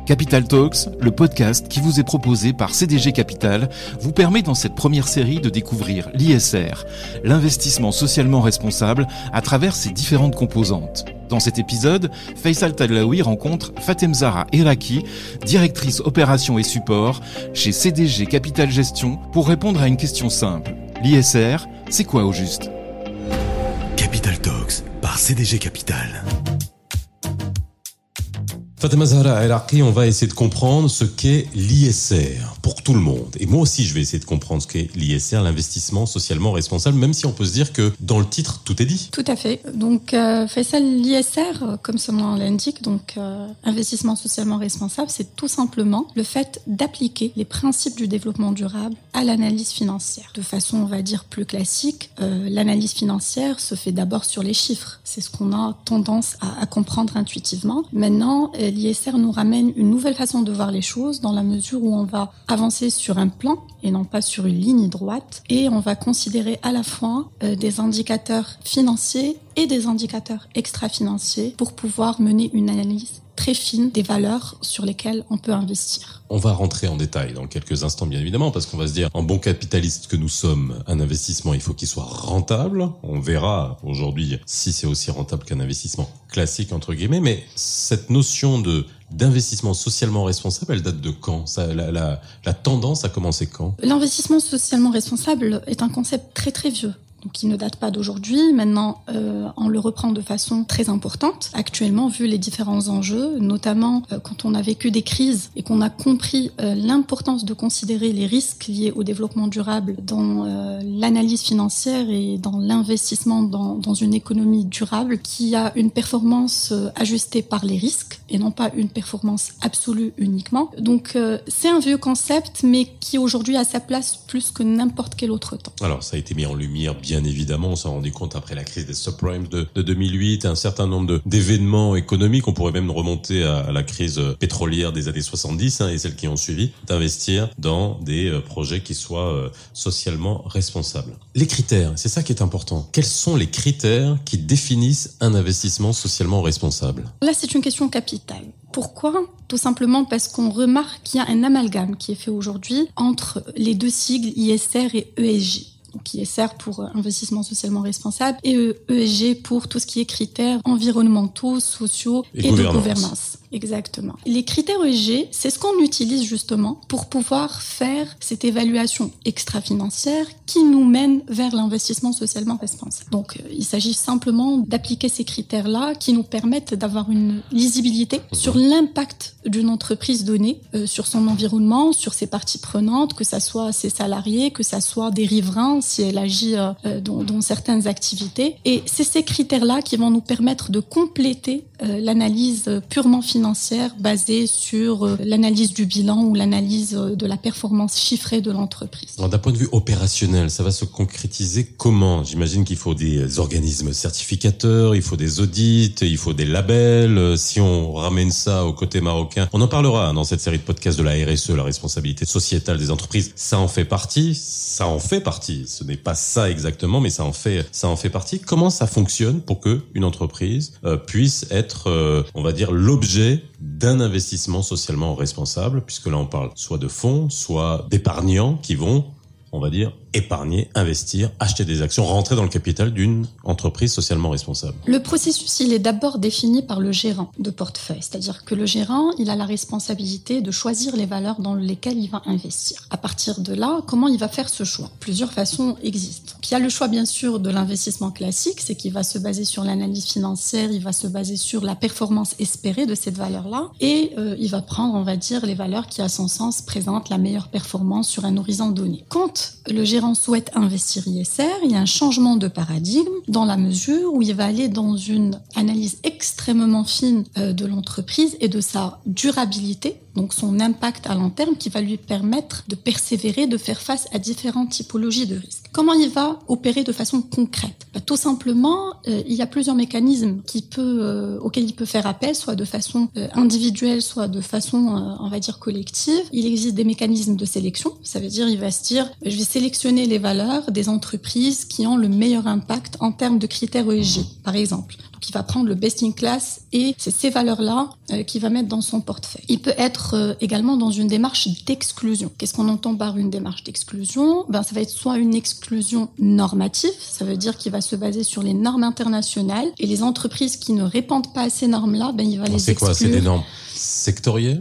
Capital Talks, le podcast qui vous est proposé par CDG Capital, vous permet dans cette première série de découvrir l'ISR, l'investissement socialement responsable, à travers ses différentes composantes. Dans cet épisode, Faisal Tadlaoui rencontre Fatem Zahra Eraki, directrice opération et support chez CDG Capital Gestion, pour répondre à une question simple. L'ISR, c'est quoi au juste ? Capital Talks par CDG Capital. Fatem Zahra Eraki, on va essayer de comprendre ce qu'est l'ISR pour tout le monde. Et moi aussi, je vais essayer de comprendre ce qu'est l'ISR, l'investissement socialement responsable, même si on peut se dire que dans le titre, tout est dit. Tout à fait. Donc, Faisal, l'ISR, comme son nom l'indique, donc investissement socialement responsable, c'est tout simplement le fait d'appliquer les principes du développement durable à l'analyse financière. De façon, on va dire, plus classique, l'analyse financière se fait d'abord sur les chiffres. C'est ce qu'on a tendance à comprendre intuitivement. Maintenant, l'ISR nous ramène une nouvelle façon de voir les choses dans la mesure où on va avancer sur un plan et non pas sur une ligne droite, et on va considérer à la fois des indicateurs financiers et des indicateurs extra-financiers pour pouvoir mener une analyse très fine des valeurs sur lesquelles on peut investir. On va rentrer en détail dans quelques instants, bien évidemment, parce qu'on va se dire, en bon capitaliste que nous sommes, un investissement, il faut qu'il soit rentable. On verra aujourd'hui si c'est aussi rentable qu'un investissement classique, entre guillemets, mais cette notion d'investissement socialement responsable, elle date de quand ? La tendance a commencé quand ? L'investissement socialement responsable est un concept très très vieux. Donc, il ne date pas d'aujourd'hui. Maintenant, on le reprend de façon très importante. Actuellement, vu les différents enjeux, notamment quand on a vécu des crises et qu'on a compris l'importance de considérer les risques liés au développement durable dans l'analyse financière et dans l'investissement dans une économie durable qui a une performance ajustée par les risques et non pas une performance absolue uniquement. Donc, c'est un vieux concept, mais qui aujourd'hui a sa place plus que n'importe quel autre temps. Alors, ça a été mis en lumière, bien évidemment, on s'en rendait compte après la crise des subprimes de 2008, un certain nombre d'événements économiques. On pourrait même remonter à la crise pétrolière des années 70 et celles qui ont suivi, d'investir dans des projets qui soient socialement responsables. Les critères, c'est ça qui est important. Quels sont les critères qui définissent un investissement socialement responsable ? Là, c'est une question capitale. Pourquoi ? Tout simplement parce qu'on remarque qu'il y a un amalgame qui est fait aujourd'hui entre les deux sigles ISR et ESG. Donc ISR pour investissement socialement responsable et ESG pour tout ce qui est critères environnementaux, sociaux et de gouvernance. Exactement. Les critères ESG, c'est ce qu'on utilise justement pour pouvoir faire cette évaluation extra-financière qui nous mène vers l'investissement socialement responsable. Donc, il s'agit simplement d'appliquer ces critères-là qui nous permettent d'avoir une lisibilité sur l'impact d'une entreprise donnée, sur son environnement, sur ses parties prenantes, que ça soit ses salariés, que ça soit des riverains, si elle agit dans certaines activités. Et c'est ces critères-là qui vont nous permettre de compléter l'analyse purement financière basée sur l'analyse du bilan ou l'analyse de la performance chiffrée de l'entreprise. Alors, d'un point de vue opérationnel, ça va se concrétiser comment ? J'imagine qu'il faut des organismes certificateurs, il faut des audits, il faut des labels. Si on ramène ça au côté marocain, on en parlera dans cette série de podcasts de la RSE, la responsabilité sociétale des entreprises. Ça en fait partie. Ce n'est pas ça exactement, mais ça en fait partie. Comment ça fonctionne pour que une entreprise puisse être, on va dire, l'objet d'un investissement socialement responsable, puisque là on parle soit de fonds, soit d'épargnants qui vont, on va dire, épargner, investir, acheter des actions, rentrer dans le capital d'une entreprise socialement responsable. Le processus, il est d'abord défini par le gérant de portefeuille. C'est-à-dire que le gérant, il a la responsabilité de choisir les valeurs dans lesquelles il va investir. À partir de là, comment il va faire ce choix ? Plusieurs façons existent. Il y a le choix, bien sûr, de l'investissement classique, c'est qu'il va se baser sur l'analyse financière, il va se baser sur la performance espérée de cette valeur-là, et il va prendre, on va dire, les valeurs qui, à son sens, présentent la meilleure performance sur un horizon donné. Quand le gérant souhaite investir ISR, il y a un changement de paradigme dans la mesure où il va aller dans une analyse extrêmement fine de l'entreprise et de sa durabilité, donc son impact à long terme qui va lui permettre de persévérer, de faire face à différentes typologies de risques. Comment il va opérer de façon concrète ? Tout simplement, il y a plusieurs mécanismes auxquels il peut faire appel, soit de façon individuelle, soit de façon, on va dire, collective. Il existe des mécanismes de sélection, ça veut dire il va se dire, je vais sélectionner les valeurs des entreprises qui ont le meilleur impact en termes de critères ESG, par exemple. qui va prendre le best in class et c'est ces valeurs-là qu'il va mettre dans son portefeuille. Il peut être également dans une démarche d'exclusion. Qu'est-ce qu'on entend par une démarche d'exclusion ? Ça va être soit une exclusion normative, ça veut dire qu'il va se baser sur les normes internationales et les entreprises qui ne répondent pas à ces normes-là, il va les exclure. C'est quoi ? C'est des normes sectorielles ?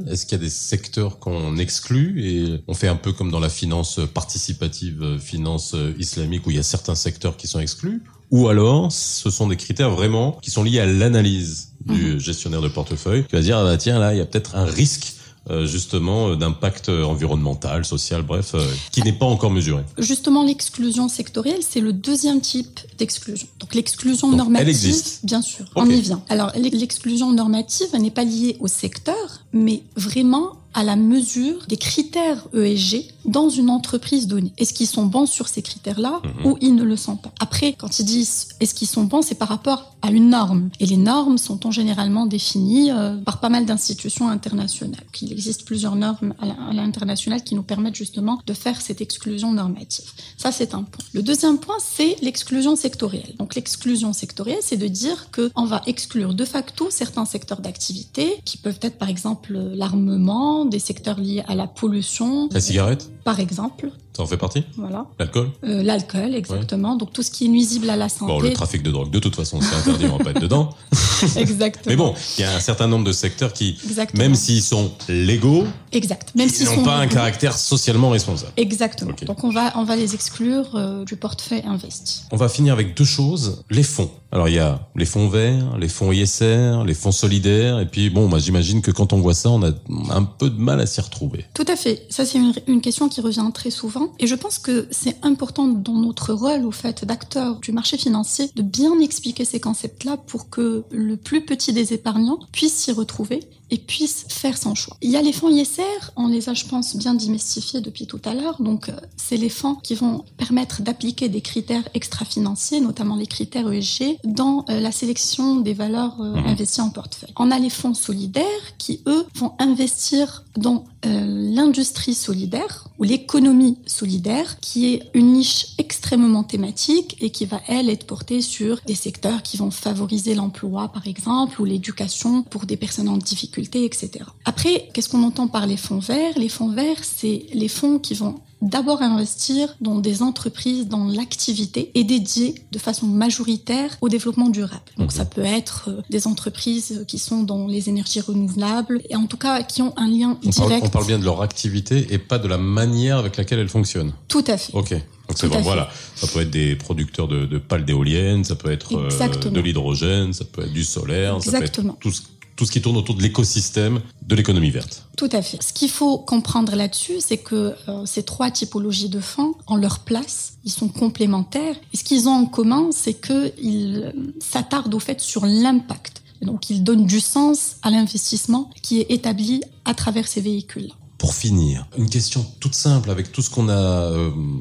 Est-ce qu'il y a des secteurs qu'on exclut et on fait un peu comme dans la finance participative, finance islamique où il y a certains secteurs qui sont exclus ? Ou alors, ce sont des critères vraiment qui sont liés à l'analyse du gestionnaire de portefeuille qui va dire, tiens, là, il y a peut-être un risque justement d'impact environnemental, social, bref, qui n'est pas encore mesuré. Justement, l'exclusion sectorielle, c'est le deuxième type d'exclusion. Donc l'exclusion normative, elle existe. Bien sûr, Okay. On y vient. Alors l'exclusion normative n'est pas liée au secteur, mais vraiment à la mesure des critères ESG dans une entreprise donnée. Est-ce qu'ils sont bons sur ces critères-là ou ils ne le sont pas ? Après, quand ils disent est-ce qu'ils sont bons, c'est par rapport à une norme. Et les normes sont généralement définies par pas mal d'institutions internationales. Il existe plusieurs normes à l'international qui nous permettent justement de faire cette exclusion normative. Ça, c'est un point. Le deuxième point, c'est l'exclusion sectorielle. Donc l'exclusion sectorielle, c'est de dire qu'on va exclure de facto certains secteurs d'activité qui peuvent être par exemple l'armement, des secteurs liés à la pollution. La cigarette ? Par exemple. Ça en fait partie ? Voilà. L'alcool ? L'alcool, exactement. Ouais. Donc tout ce qui est nuisible à la santé. Bon, le trafic de drogue, de toute façon, c'est interdit, on va pas être dedans. Exactement. Mais bon, il y a un certain nombre de secteurs qui, exactement. Même s'ils sont légaux, même ils n'ont pas un caractère socialement responsable. Exactement. Okay. Donc on va les exclure du portefeuille investi. On va finir avec deux choses, les fonds. Alors il y a les fonds verts, les fonds ISR, les fonds solidaires, et puis j'imagine que quand on voit ça, on a un peu de mal à s'y retrouver. Tout à fait. Ça, c'est une question qui revient très souvent. Et je pense que c'est important dans notre rôle, au fait, d'acteur du marché financier, de bien expliquer ces concepts-là pour que le plus petit des épargnants puisse s'y retrouver et puisse faire son choix. Il y a les fonds ISR, on les a, je pense, bien démystifiés depuis tout à l'heure. Donc, c'est les fonds qui vont permettre d'appliquer des critères extra-financiers, notamment les critères ESG, dans la sélection des valeurs investies en portefeuille. On a les fonds solidaires qui, eux, vont investir dans l'industrie solidaire ou l'économie solidaire, qui est une niche extrêmement thématique et qui va, elle, être portée sur des secteurs qui vont favoriser l'emploi, par exemple, ou l'éducation pour des personnes en difficulté, etc. Après, qu'est-ce qu'on entend par les fonds verts ? Les fonds verts, c'est les fonds qui vont d'abord investir dans des entreprises dont l'activité est dédiée de façon majoritaire au développement durable. Donc ça peut être des entreprises qui sont dans les énergies renouvelables et en tout cas qui ont un lien direct. On parle bien de leur activité et pas de la manière avec laquelle elles fonctionnent. Tout à fait. Ok. Donc c'est bon, voilà. Ça peut être des producteurs de pales d'éoliennes, ça peut être de l'hydrogène, ça peut être du solaire, Exactement. Ça peut être tout ce qui tourne autour de l'écosystème de l'économie verte. Tout à fait. Ce qu'il faut comprendre là-dessus, c'est que ces trois typologies de fonds ont leur place, ils sont complémentaires. Et ce qu'ils ont en commun, c'est qu'ils s'attardent au fait sur l'impact. Et donc, ils donnent du sens à l'investissement qui est établi à travers ces véhicules-là. Pour finir, une question toute simple avec tout ce qu'on a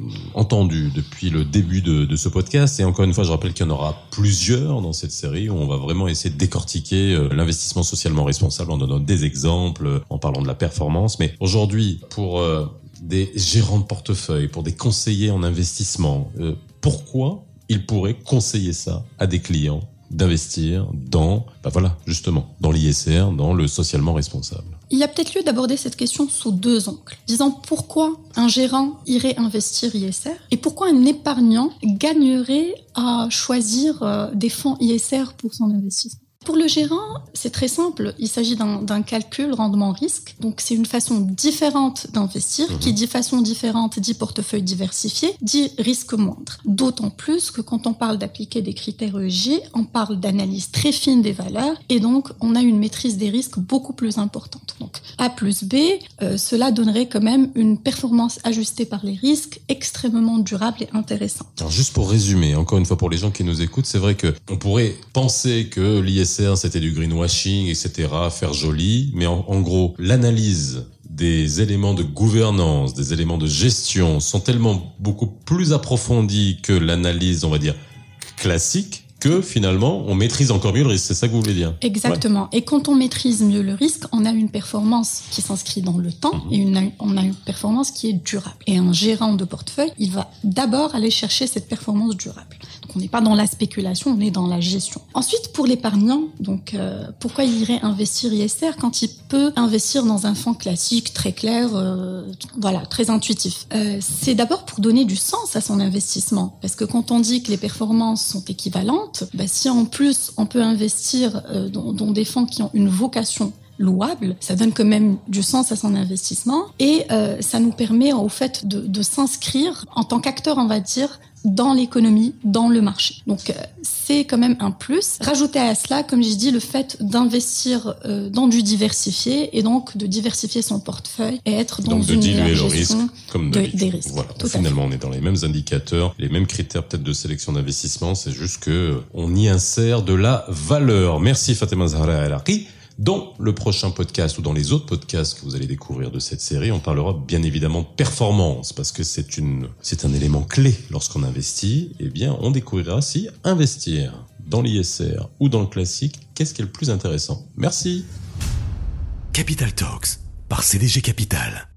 entendu depuis le début de ce podcast. Et encore une fois, je rappelle qu'il y en aura plusieurs dans cette série où on va vraiment essayer de décortiquer l'investissement socialement responsable en donnant des exemples, en parlant de la performance. Mais aujourd'hui, pour des gérants de portefeuille, pour des conseillers en investissement, pourquoi ils pourraient conseiller ça à des clients d'investir dans, justement, dans l'ISR, dans le socialement responsable? Il y a peut-être lieu d'aborder cette question sous deux angles. Disons pourquoi un gérant irait investir ISR et pourquoi un épargnant gagnerait à choisir des fonds ISR pour son investissement. Pour le gérant, c'est très simple. Il s'agit d'un calcul rendement-risque. Donc, c'est une façon différente d'investir. Qui dit façon différente, dit portefeuille diversifié, dit risque moindre. D'autant plus que quand on parle d'appliquer des critères ESG, on parle d'analyse très fine des valeurs et donc, on a une maîtrise des risques beaucoup plus importante. Donc, A plus B, cela donnerait quand même une performance ajustée par les risques extrêmement durable et intéressante. Alors, juste pour résumer, encore une fois pour les gens qui nous écoutent, c'est vrai qu'on pourrait penser que l'ISR c'était du greenwashing, etc., faire joli, mais en gros, l'analyse des éléments de gouvernance, des éléments de gestion sont tellement beaucoup plus approfondis que l'analyse, on va dire, classique, que finalement, on maîtrise encore mieux le risque. C'est ça que vous voulez dire? Exactement. Ouais. Et quand on maîtrise mieux le risque, on a une performance qui s'inscrit dans le temps et on a une performance qui est durable. Et un gérant de portefeuille, il va d'abord aller chercher cette performance durable. Donc on n'est pas dans la spéculation, on est dans la gestion. Ensuite, pour l'épargnant, donc pourquoi il irait investir ISR quand il peut investir dans un fonds classique, très clair, très intuitif. C'est d'abord pour donner du sens à son investissement, parce que quand on dit que les performances sont équivalentes, si en plus on peut investir dans des fonds qui ont une vocation louable, ça donne quand même du sens à son investissement et ça nous permet au fait de s'inscrire en tant qu'acteur, on va dire, dans l'économie, dans le marché. Donc c'est quand même un plus. Rajouter à cela, comme j'ai dit, le fait d'investir dans du diversifié et donc de diversifier son portefeuille et être dans donc une de diluer le gestion risque comme des risques. Voilà. Finalement, on est dans les mêmes indicateurs, les mêmes critères peut-être de sélection d'investissement, c'est juste que on y insère de la valeur. Merci Fatima Zahra El Arqi. Dans le prochain podcast ou dans les autres podcasts que vous allez découvrir de cette série, on parlera bien évidemment de performance parce que c'est un élément clé lorsqu'on investit. Eh bien, on découvrira si investir dans l'ISR ou dans le classique, qu'est-ce qui est le plus intéressant. Merci. Capital Talks par CDG Capital.